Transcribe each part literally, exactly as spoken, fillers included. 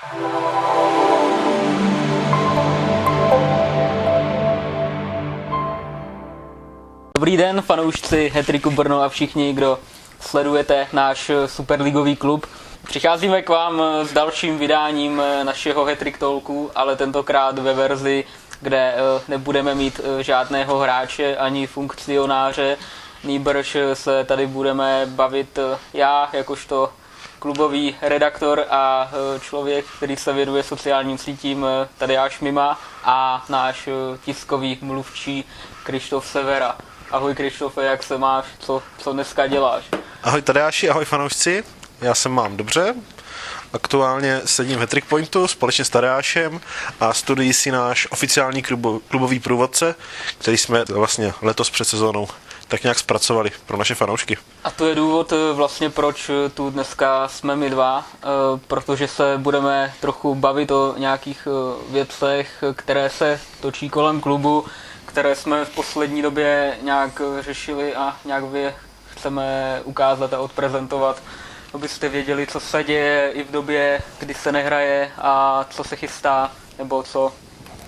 Dobrý den, fanoušci Hat-tricku Brno a všichni, kdo sledujete náš superligový klub. Přicházíme k vám s dalším vydáním našeho Hat-trick Talku, ale tentokrát ve verzi, kde nebudeme mít žádného hráče ani funkcionáře. Nýbrž se tady budeme bavit já, jakožto klubový redaktor a člověk, který se věnuje sociálním sítím, Tadeáš Mima, a náš tiskový mluvčí Krištof Severa. Ahoj Krištofe, jak se máš, co, co dneska děláš? Ahoj Tadeáši, ahoj fanoušci, já se mám dobře. Aktuálně sedím v Hat-trick Pointu společně s Tadeášem a studuji si náš oficiální klubový průvodce, který jsme vlastně letos před sezónou tak nějak zpracovali pro naše fanoušky. A to je důvod vlastně, proč tu dneska jsme my dva, protože se budeme trochu bavit o nějakých věcech, které se točí kolem klubu, které jsme v poslední době nějak řešili a nějak vy chceme ukázat a odprezentovat, abyste věděli, co se děje i v době, kdy se nehraje a co se chystá, nebo co uh,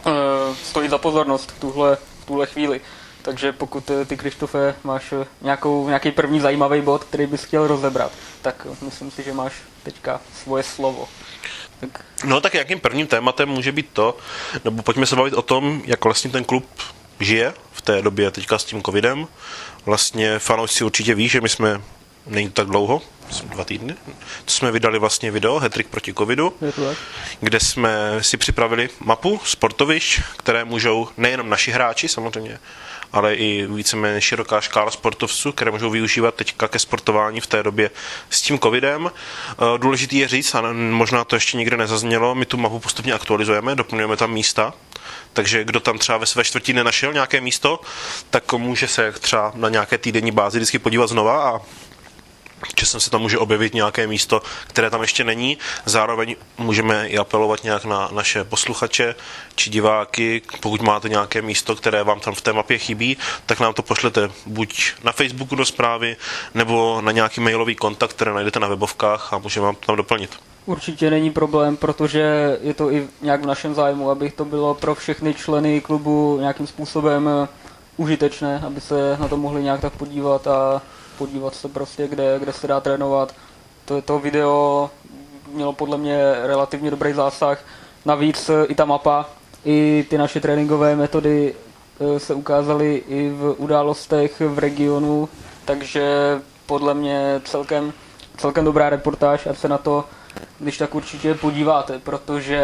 stojí za pozornost v tuhle, v tuhle chvíli. Takže pokud ty, Krištofe, máš nějakou, nějaký první zajímavý bod, který bys chtěl rozebrat, tak myslím si, že máš teďka svoje slovo. Tak. No tak jakým prvním tématem může být to, nebo pojďme se bavit o tom, jak vlastně ten klub žije v té době teďka s tím covidem. Vlastně fanoušci určitě ví, že my jsme, není tak dlouho, dva týdny, to jsme vydali vlastně video Hat-trick proti covidu, kde jsme si připravili mapu sportovišť, které můžou nejenom naši hráči samozřejmě, ale i víceméně široká škála sportovců, které můžou využívat teďka ke sportování v té době s tím covidem. Důležitý je říct, a možná to ještě nikde nezaznělo, my tu mapu postupně aktualizujeme, doplňujeme tam místa, takže kdo tam třeba ve své čtvrtí nenašel nějaké místo, tak může se třeba na nějaké týdenní bázi vždycky podívat znova a časem se tam může objevit nějaké místo, které tam ještě není. Zároveň můžeme i apelovat nějak na naše posluchače či diváky, pokud máte nějaké místo, které vám tam v té mapě chybí, tak nám to pošlete buď na Facebooku do zprávy, nebo na nějaký mailový kontakt, který najdete na webovkách a můžeme vám to tam doplnit. Určitě není problém, protože je to i nějak v našem zájmu, aby to bylo pro všechny členy klubu nějakým způsobem užitečné, aby se na to mohli nějak tak podívat a podívat se prostě, kde, kde se dá trénovat. To, to video mělo podle mě relativně dobrý zásah. Navíc i ta mapa, i ty naše tréninkové metody se ukázaly i v událostech v regionu, takže podle mě celkem, celkem dobrá reportáž, ať se na to když tak určitě podíváte, protože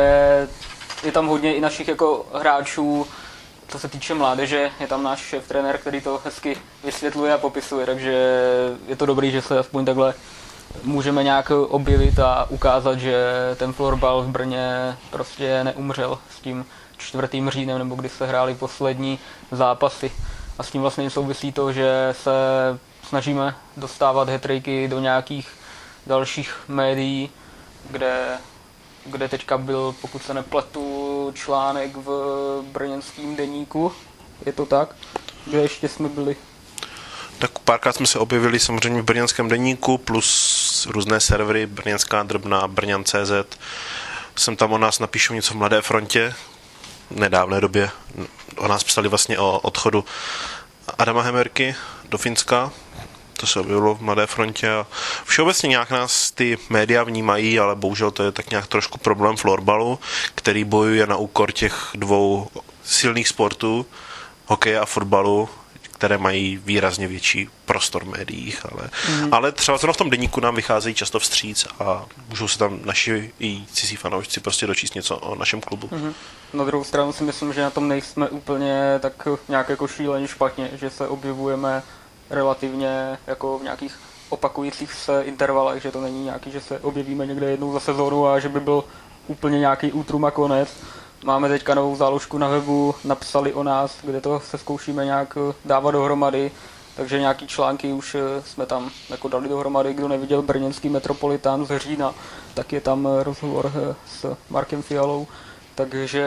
je tam hodně i našich jako hráčů, co se týče mládeže, je tam náš šéf trenér, který to hezky vysvětluje a popisuje, takže je to dobrý, že se aspoň takhle můžeme nějak objevit a ukázat, že ten florbal v Brně prostě neumřel s tím čtvrtým říjnem, nebo kdy se hrály poslední zápasy. A s tím vlastně souvisí to, že se snažíme dostávat hat-tricky do nějakých dalších médií, kde kde teďka byl, pokud se nepletu, článek v brněnském deníku, je to tak? Kde ještě jsme byli? Tak párkrát jsme se objevili samozřejmě v brněnském deníku, plus různé servery, Brněnská drbna, Brňan tečka cé zet. Jsem tam o nás napíšu něco v Mladé frontě, v nedávné době. O nás psali vlastně o odchodu Adama Hemerky do Finska. To se objevilo v Mladé frontě a všeobecně nějak nás ty média vnímají, ale bohužel to je tak nějak trošku problém florbalu, který bojuje na úkor těch dvou silných sportů, hokeje a fotbalu, které mají výrazně větší prostor v médiích, ale, mm. ale třeba zrovna v tom deníku nám vycházejí často vstříc a můžou se tam naši i cizí fanoušci prostě dočíst něco o našem klubu. Mm. Na druhou stranu si myslím, že na tom nejsme úplně tak nějak jako šíleně špatně, že se objevujeme relativně jako v nějakých opakujících se intervalech, že to není nějaký, že se objevíme někde jednou za sezónu a že by byl úplně nějaký útrum a konec. Máme teďka novou záložku na webu, napsali o nás, kde to se zkoušíme nějak dávat dohromady, takže nějaký články už jsme tam jako dali dohromady. Kdo neviděl brněnský Metropolitán z října, tak je tam rozhovor s Markem Fialou, takže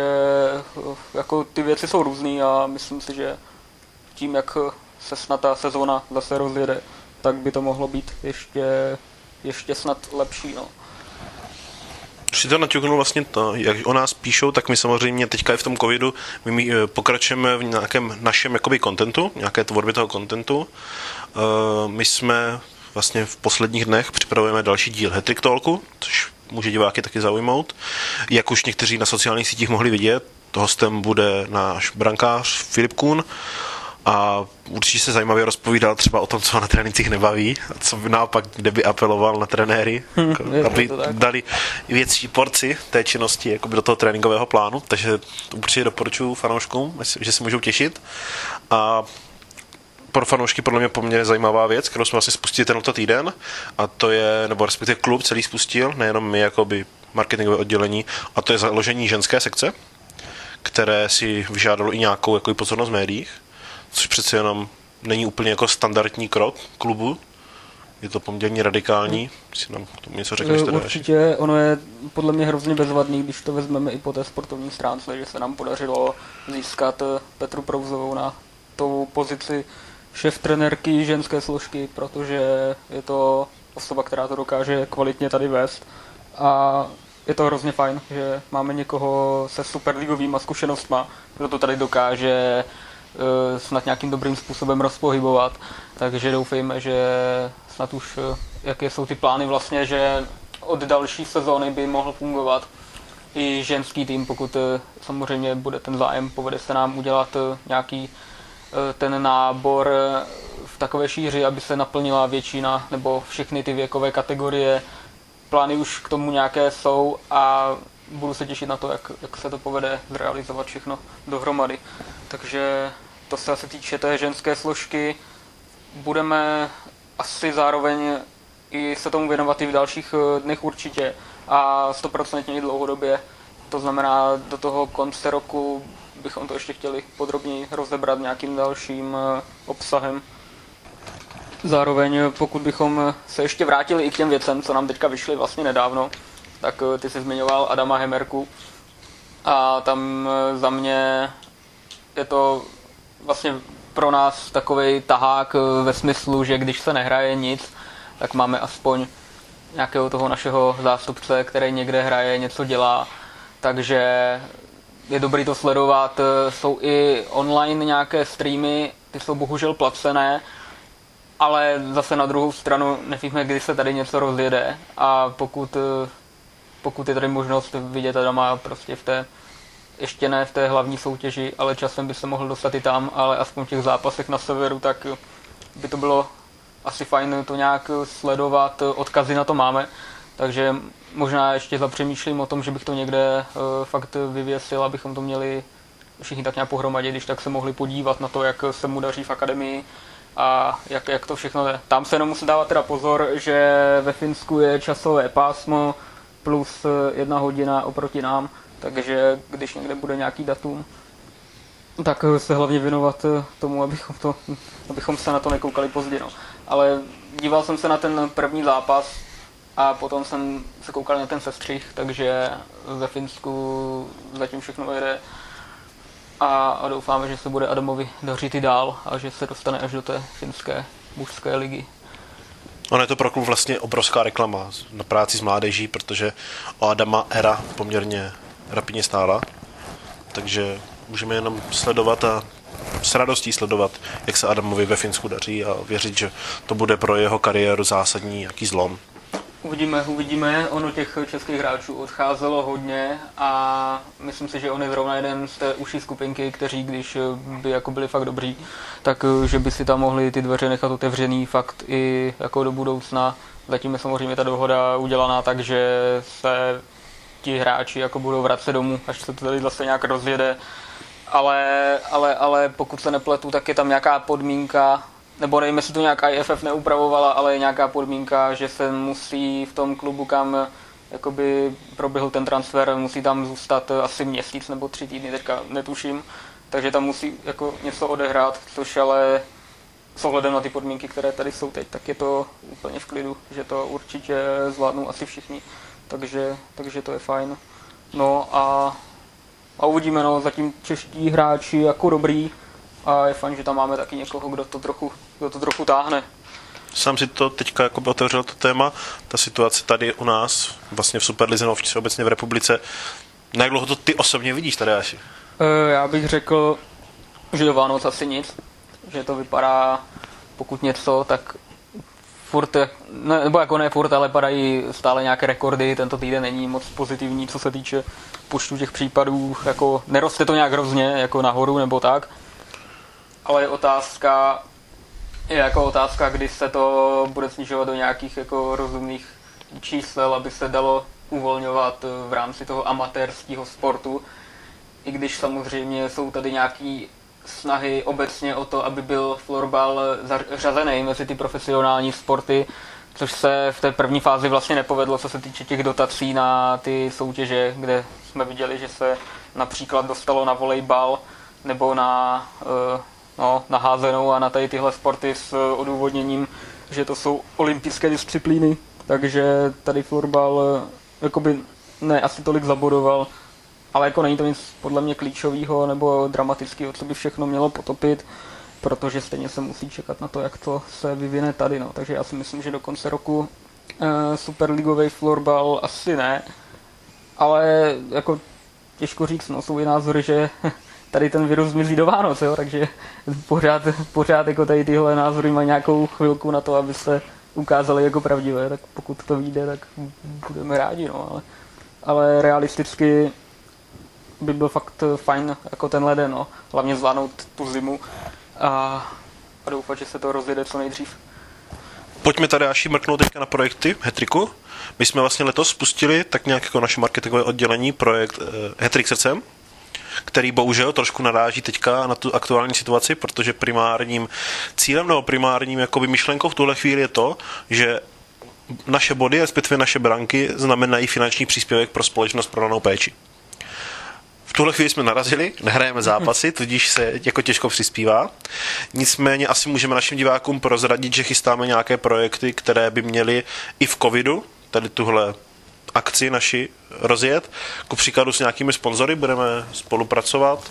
jako ty věci jsou různý a myslím si, že tím, jak se snad ta sezóna zase rozjede, tak by to mohlo být ještě, ještě snad lepší. No. Si to naťuknul vlastně to, jak o nás píšou, tak my samozřejmě teďka i v tom covidu my pokračujeme v nějakém našem jakoby kontentu, nějaké tvorbě toho kontentu. My jsme vlastně v posledních dnech připravujeme další díl Hat-Trick Talku, což může diváky taky zaujmout. Jak už někteří na sociálních sítích mohli vidět, hostem bude náš brankář Filip Kuhn a určitě se zajímavě rozpovídal třeba o tom, co na trénincích nebaví a co by naopak, kde by apeloval na trenéry, hmm, aby dali větší porci té činnosti jakoby do toho tréninkového plánu, takže to určitě doporučuji fanouškům, že se můžou těšit. A pro fanoušky podle mě poměrně zajímavá věc, kterou jsme vlastně spustili tento týden, a to je, nebo respektive klub celý spustil, nejenom my jakoby marketingové oddělení, a to je založení ženské sekce, které si vyžádalo i nějakou jakoby pozornost v médiích, což přece jenom není úplně jako standardní krok klubu. Je to poměrně radikální. Si nám k tomu něco řekneš teda? Určitě, ono je podle mě hrozně bezvadný, když to vezmeme i po té sportovní stránce, že se nám podařilo získat Petru Prouzovou na tou pozici šéf-trenérky ženské složky, protože je to osoba, která to dokáže kvalitně tady vést. A je to hrozně fajn, že máme někoho se superligovýma zkušenostma, kdo to tady dokáže snad nějakým dobrým způsobem rozpohybovat, takže doufejme, že snad už, jaké jsou ty plány vlastně, že od další sezóny by mohl fungovat i ženský tým, pokud samozřejmě bude ten zájem, povede se nám udělat nějaký ten nábor v takové šíři, aby se naplnila většina nebo všechny ty věkové kategorie. Plány už k tomu nějaké jsou a budu se těšit na to, jak, jak se to povede zrealizovat všechno dohromady. Takže to se asi týče té ženské složky. Budeme asi zároveň i se tomu věnovat i v dalších dnech určitě a stoprocentně i dlouhodobě. To znamená, do toho konce roku bychom to ještě chtěli podrobněji rozebrat nějakým dalším obsahem. Zároveň, pokud bychom se ještě vrátili i k těm věcem, co nám teďka vyšly vlastně nedávno, tak ty jsi zmiňoval Adama Hemerku a tam za mě je to vlastně pro nás takovej tahák ve smyslu, že když se nehraje nic, tak máme aspoň nějakého toho našeho zástupce, který někde hraje, něco dělá, takže je dobrý to sledovat. Jsou i online nějaké streamy, ty jsou bohužel placené, ale zase na druhou stranu nevíme, kdy se tady něco rozjede a pokud, pokud je tady možnost vidět Adama prostě v té, ještě ne v té hlavní soutěži, ale časem by se mohl dostat i tam, ale aspoň v těch zápasech na severu, tak by to bylo asi fajn to nějak sledovat, odkazy na to máme, takže možná ještě zapřemýšlím o tom, že bych to někde uh, fakt vyvěsil, abychom to měli všichni tak nějak pohromadě, když tak se mohli podívat na to, jak se mu daří v akademii a jak, jak to všechno jde. Tam se jenom musím dávat teda pozor, že ve Finsku je časové pásmo plus jedna hodina oproti nám, takže když někde bude nějaký datum, tak se hlavně věnovat tomu, abychom, to, abychom se na to nekoukali pozdě. No. Ale díval jsem se na ten první zápas a potom jsem se koukal na ten sestřih, takže ve Finsku zatím všechno jede a, a doufáme, že se bude Adamovi dařit i dál a že se dostane až do té finské mužské ligy. Ono je to pro klub vlastně obrovská reklama na práci s mládeží, protože o Adama éra poměrně rapidně stála, takže můžeme jenom sledovat a s radostí sledovat, jak se Adamovi ve Finsku daří a věřit, že to bude pro jeho kariéru zásadní jaký zlom. Uvidíme, uvidíme. Ono těch českých hráčů odcházelo hodně a myslím si, že on je zrovna jeden z té užší skupinky, kteří, když by jako byli fakt dobří, tak že by si tam mohli ty dveře nechat otevřený fakt i jako do budoucna. Zatím je samozřejmě ta dohoda udělaná tak, že se ti hráči jako budou vracet domů, až se to tady zase nějak rozjede. Ale, ale, ale pokud se nepletu, tak je tam nějaká podmínka, nebo nevím, jestli to nějaká I F F neupravovala, ale je nějaká podmínka, že se musí v tom klubu, kam jakoby proběhl ten transfer, musí tam zůstat asi měsíc nebo tři týdny, teďka netuším, takže tam musí jako něco odehrát, což ale s ohledem na ty podmínky, které tady jsou teď, tak je to úplně v klidu, že to určitě zvládnou asi všichni, takže, takže to je fajn. No a, a uvidíme, no, zatím čeští hráči jako dobrý, a je fajn, že tam máme taky někoho, kdo to trochu, kdo to trochu táhne. sám si to teďka jako otevřel to téma, ta situace tady u nás, vlastně v Superlize, no obecně v republice. Na jak dlouho to ty osobně vidíš, Tadeáši? Já bych řekl, že do Vánoc asi nic, že to vypadá, pokud něco, tak furt, ne, nebo jako ne furt, ale padají stále nějaké rekordy, tento týden není moc pozitivní, co se týče počtu těch případů, jako neroste to nějak hrozně, jako nahoru nebo tak, ale je otázka, je jako otázka, kdy se to bude snižovat do nějakých jako rozumných čísel, aby se dalo uvolňovat v rámci toho amatérského sportu, i když samozřejmě jsou tady nějaký snahy obecně o to, aby byl florbal zařazený mezi ty profesionální sporty, což se v té první fázi vlastně nepovedlo, co se týče těch dotací na ty soutěže, kde jsme viděli, že se například dostalo na volejbal nebo na, no, na házenou a na tady tyhle sporty s odůvodněním, že to jsou olympijské disciplíny, takže tady florbal jakoby ne asi tolik zabodoval, ale jako není to nic podle mě klíčového nebo dramatického, co by všechno mělo potopit, protože stejně se musí čekat na to, jak to se vyvine tady. No. Takže já si myslím, že do konce roku e, superligový florbal asi ne, ale jako těžko říct, no, jsou i názory, že tady ten virus zmizí do Vánoc, jo, takže pořád, pořád jako tady tyhle názory mají nějakou chvilku na to, aby se ukázaly jako pravdivé, tak pokud to vyjde, tak budeme rádi, no, ale, ale realisticky by byl fakt fajn jako ten leden, no. Hlavně zvládnout tu zimu a, a doufat, že se to rozjede co nejdřív. Pojďme tady až mrknout teďka na projekty Hattricku. My jsme vlastně letos spustili tak nějak jako naše marketingové oddělení projekt uh, Hattrick srdcem, který bohužel trošku naráží teďka na tu aktuální situaci, protože primárním cílem nebo primárním jakoby myšlenkou v tuhle chvíli je to, že naše body, respektive naše branky, znamenají finanční příspěvek pro společnost pro ranou péči. V tuhle chvíli jsme narazili, nehrajeme zápasy, tudíž se jako těžko přispívá. Nicméně asi můžeme našim divákům prozradit, že chystáme nějaké projekty, které by měly i v covidu, tady tuhle akci naši rozjet. Ku příkladu s nějakými sponzory budeme spolupracovat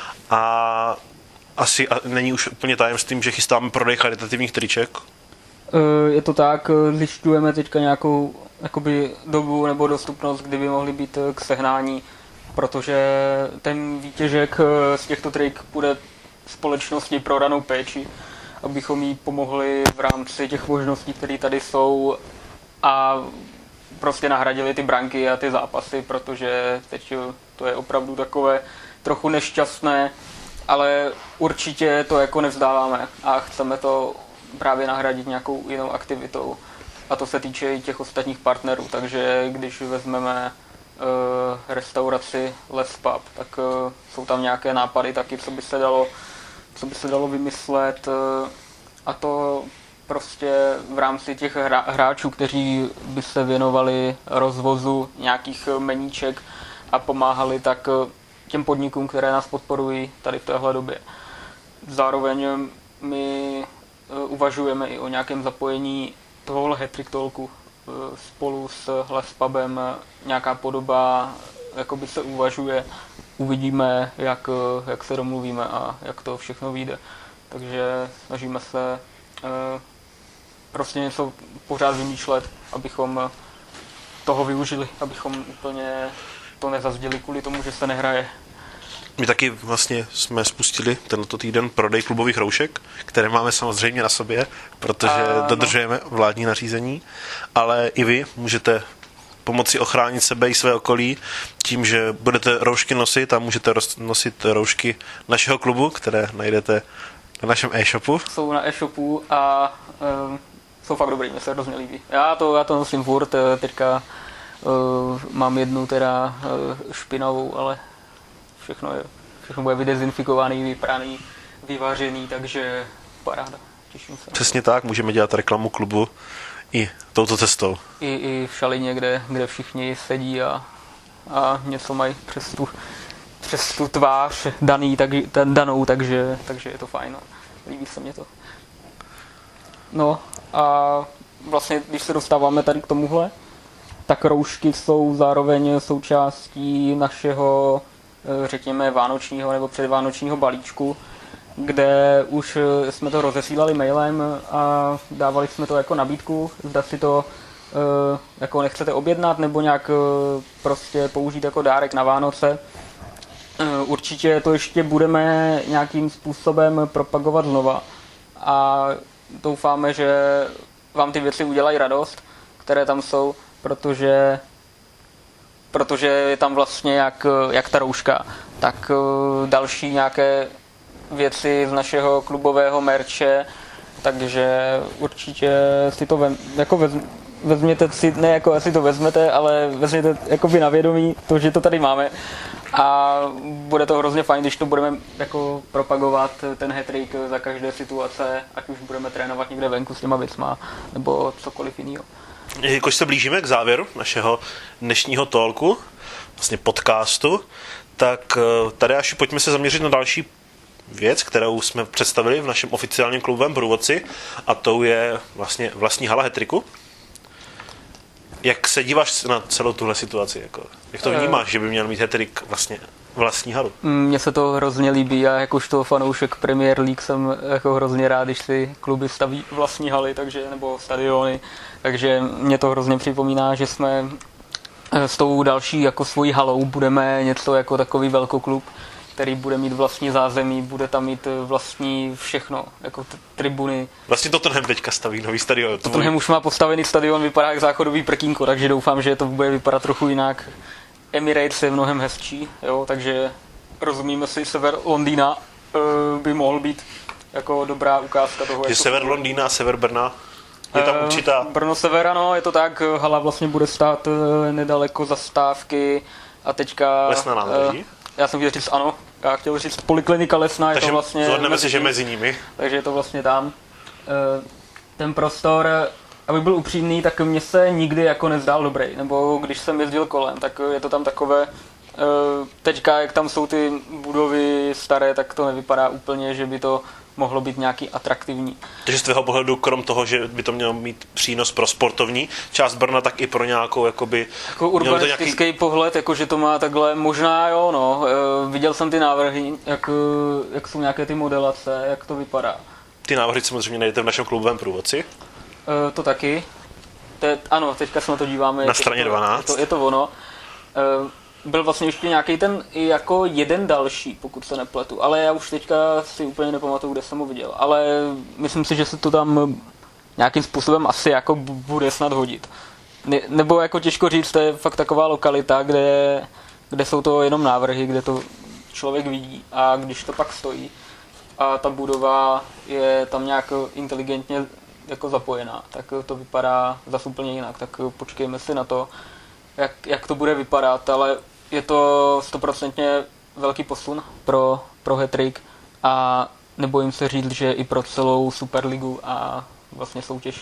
a asi není už úplně tajemstvím, že chystáme prodej charitativních triček. Je to tak, zjišťujeme teďka nějakou jakoby dobu nebo dostupnost, kdyby mohly být k sehnání, protože ten výtěžek z těchto trik půjde společnosti pro ranou péči, abychom jí pomohli v rámci těch možností, které tady jsou a prostě nahradili ty branky a ty zápasy, protože teď to je opravdu takové trochu nešťastné, ale určitě to jako nevzdáváme a chceme to právě nahradit nějakou jinou aktivitou. A to se týče i těch ostatních partnerů, takže když vezmeme uh, restauraci Les Pub, tak uh, jsou tam nějaké nápady taky, co by se dalo, co by se dalo vymyslet uh, a to prostě v rámci těch hra, hráčů, kteří by se věnovali rozvozu nějakých meníček a pomáhali tak těm podnikům, které nás podporují tady v téhle době. Zároveň my uvažujeme i o nějakém zapojení tohohle Hattrick Talku spolu s Les Pubem. Nějaká podoba jakoby se uvažuje, uvidíme, jak, jak se domluvíme a jak to všechno vyjde. Takže snažíme se prostě něco pořád vymýšlet, abychom toho využili, abychom úplně to nezazděli kvůli tomu, že se nehraje. My taky vlastně jsme spustili tento týden prodej klubových roušek, které máme samozřejmě na sobě, protože a, dodržujeme no. vládní nařízení, ale i vy můžete pomoci ochránit sebe i své okolí tím, že budete roušky nosit a můžete nosit roušky našeho klubu, které najdete na našem e-shopu. Jsou na e-shopu a um, jsou fakt dobrý, mě se hrozně líbí. Já to, já to nosím furt, teďka uh, mám jednu teda uh, špinavou, ale všechno, je, všechno bude vydezinfikovaný, vypraný, vyvařený, takže paráda, těším se. Přesně tak, můžeme dělat reklamu klubu i touto cestou. I, i v Šalině, kde, kde všichni sedí a, a něco mají přes tu, přes tu tvář daný, tak, ten danou, takže, takže je to fajn, no. Líbí se mě to. No a vlastně, když se dostáváme tady k tomuhle, tak roušky jsou zároveň součástí našeho, řekněme, vánočního nebo předvánočního balíčku, kde už jsme to rozesílali mailem a dávali jsme to jako nabídku, zda si to uh, jako nechcete objednat nebo nějak uh, prostě použít jako dárek na Vánoce. Uh, určitě to ještě budeme nějakým způsobem propagovat znova a doufáme, že vám ty věci udělají radost, které tam jsou, protože protože je tam vlastně jak, jak ta rouška, tak uh, další nějaké věci z našeho klubového merče, takže určitě si to vem, jako vez, vezměte si, ne jako asi to vezmete, ale vezměte jako by na vědomí to, že to tady máme a bude to hrozně fajn, když to budeme jako propagovat ten hat-trick za každé situace, ať už budeme trénovat někde venku s těma věcma nebo cokoliv jiného. Jakož se blížíme k závěru našeho dnešního talku, vlastně podcastu, tak tady až pojďme se zaměřit na další věc, kterou jsme představili v našem oficiálním klubovém průvodci, a to je vlastně vlastní hala hat-tricku. Jak se díváš na celou tuhle situaci? Jako, jak to vnímáš, že by měl mít hat-trick vlastně vlastní halu? Mně se to hrozně líbí a jakožto fanoušek Premier League jsem jako hrozně rád, když si kluby staví vlastní haly, takže, nebo stadiony, takže mě to hrozně připomíná, že jsme s tou další jako svojí halou budeme něco jako takový velkoklub, který bude mít vlastní zázemí, bude tam mít vlastní všechno, jako t- tribuny. Vlastně Tottenham teďka staví nový stadion. Tottenham už má postavený stadion, vypadá jak záchodový prkínko, takže doufám, že to bude vypadat trochu jinak. Emirates je mnohem hezčí, jo, takže rozumíme si, sever Londýna uh, by mohl být jako dobrá ukázka toho. Že sever Londýna a sever Brna je tam uh, určitá... Brno sever, ano, je to tak, hala vlastně bude stát uh, nedaleko zastávky a teďka... Lesná nádraží? Uh, Já jsem chtěl říct ano, já chtěl říct poliklinika Lesná, je takže to vlastně... zhodneme si, že mezi nimi. Takže je to vlastně tam. Ten prostor, aby byl upřímný, tak mně se nikdy jako nezdál dobrý, nebo když jsem jezdil kolem, tak je to tam takové... Teďka, jak tam jsou ty budovy staré, tak to nevypadá úplně, že by to mohlo být nějaký atraktivní. Takže z tvého pohledu, krom toho, že by to mělo mít přínos pro sportovní část Brna, tak i pro nějakou jakoby... Jako urbanistický nějaký... pohled, jako že to má takhle, možná jo, no. E, viděl jsem ty návrhy, jak, jak jsou nějaké ty modelace, jak to vypadá. Ty návrhy samozřejmě najdete v našem klubovém průvodci. E, to taky. Te, ano, teďka se na to díváme. Na straně dvanáct. Je to, je to ono. E, byl vlastně ještě nějaký ten jako jeden další, pokud se nepletu, ale já už teďka si úplně nepamatuju, kde jsem ho viděl, ale myslím si, že se to tam nějakým způsobem asi jako bude snad hodit. Ne, nebo jako těžko říct, to je fakt taková lokalita, kde, kde jsou to jenom návrhy, kde to člověk vidí a když to pak stojí a ta budova je tam nějak inteligentně jako zapojená, tak to vypadá zase úplně jinak, tak počkejme si na to, jak, jak to bude vypadat, ale je to stoprocentně velký posun pro, pro hat-trick a nebojím se říct, že i pro celou Superligu a vlastně soutěž.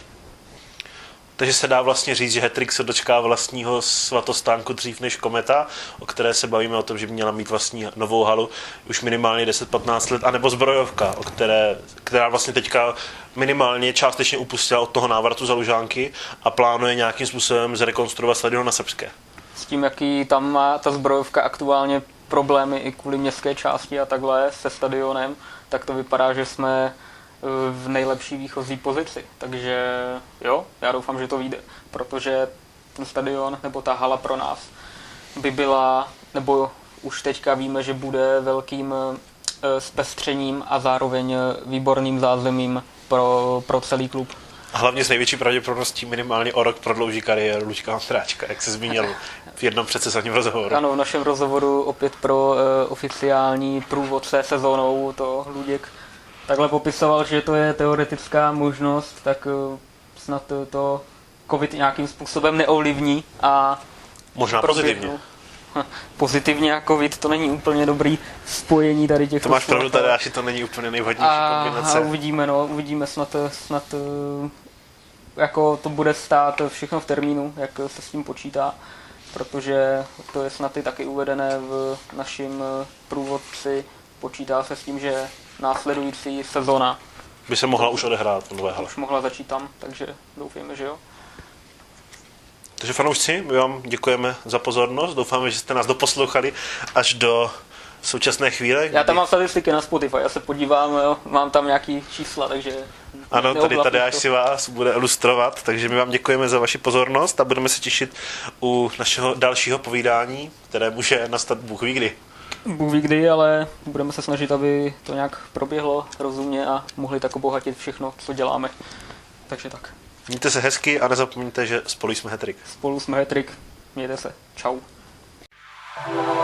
Takže se dá vlastně říct, že hat-trick se dočká vlastního svatostánku dřív než Kometa, o které se bavíme o tom, že by měla mít vlastní novou halu už minimálně deset patnáct let, anebo Zbrojovka, o které, která vlastně teďka minimálně částečně upustila od toho návratu za Lužánky a plánuje nějakým způsobem zrekonstruovat stadion na Srbské. S tím, jaký tam má ta Zbrojovka aktuálně problémy i kvůli městské části a takhle se stadionem, tak to vypadá, že jsme v nejlepší výchozí pozici. Takže jo, já doufám, že to vyjde, protože ten stadion nebo ta hala pro nás by byla, nebo už teďka víme, že bude velkým zpestřením a zároveň výborným zázemím pro, pro celý klub. A hlavně s největší pravděpodobností minimálně o rok prodlouží kariéru Luďka Ondráčka, jak se zmínil v jednom předsezonním rozhovoru. Ano, v našem rozhovoru opět pro uh, oficiální průvodce sezónou to Luděk takhle popisoval, že to je teoretická možnost, tak uh, snad to, to covid nějakým způsobem neovlivní a možná pozitivně. Pozitivně a covid, to není úplně dobrý spojení tady těch. To máš pravdu, tady až to není úplně nejvhodnější a, kombinace. A uvidíme, no, uvidíme snad, snad jako to bude stát všechno v termínu, jak se s tím počítá, protože to je snad i taky uvedené v našem průvodci, počítá se s tím, že následující sezona by se mohla už odehrát v nové hale. Už mohla začít tam, takže doufejme, že jo. Takže fanoušci, my vám děkujeme za pozornost, doufáme, že jste nás doposlouchali až do současné chvíle. Já tam mám statistiky na Spotify, já se podívám, jo, mám tam nějaký čísla, takže... Ano, tady tady až si vás bude ilustrovat, takže my vám děkujeme za vaši pozornost a budeme se těšit u našeho dalšího povídání, které může nastat Bůh ví kdy. Bůh ví kdy, ale budeme se snažit, aby to nějak proběhlo rozumně a mohli tak obohatit všechno, co děláme. Takže tak. Mějte se hezky a nezapomeňte, že spolu jsme Hattrick. Spolu jsme Hattrick. Mějte se. Čau.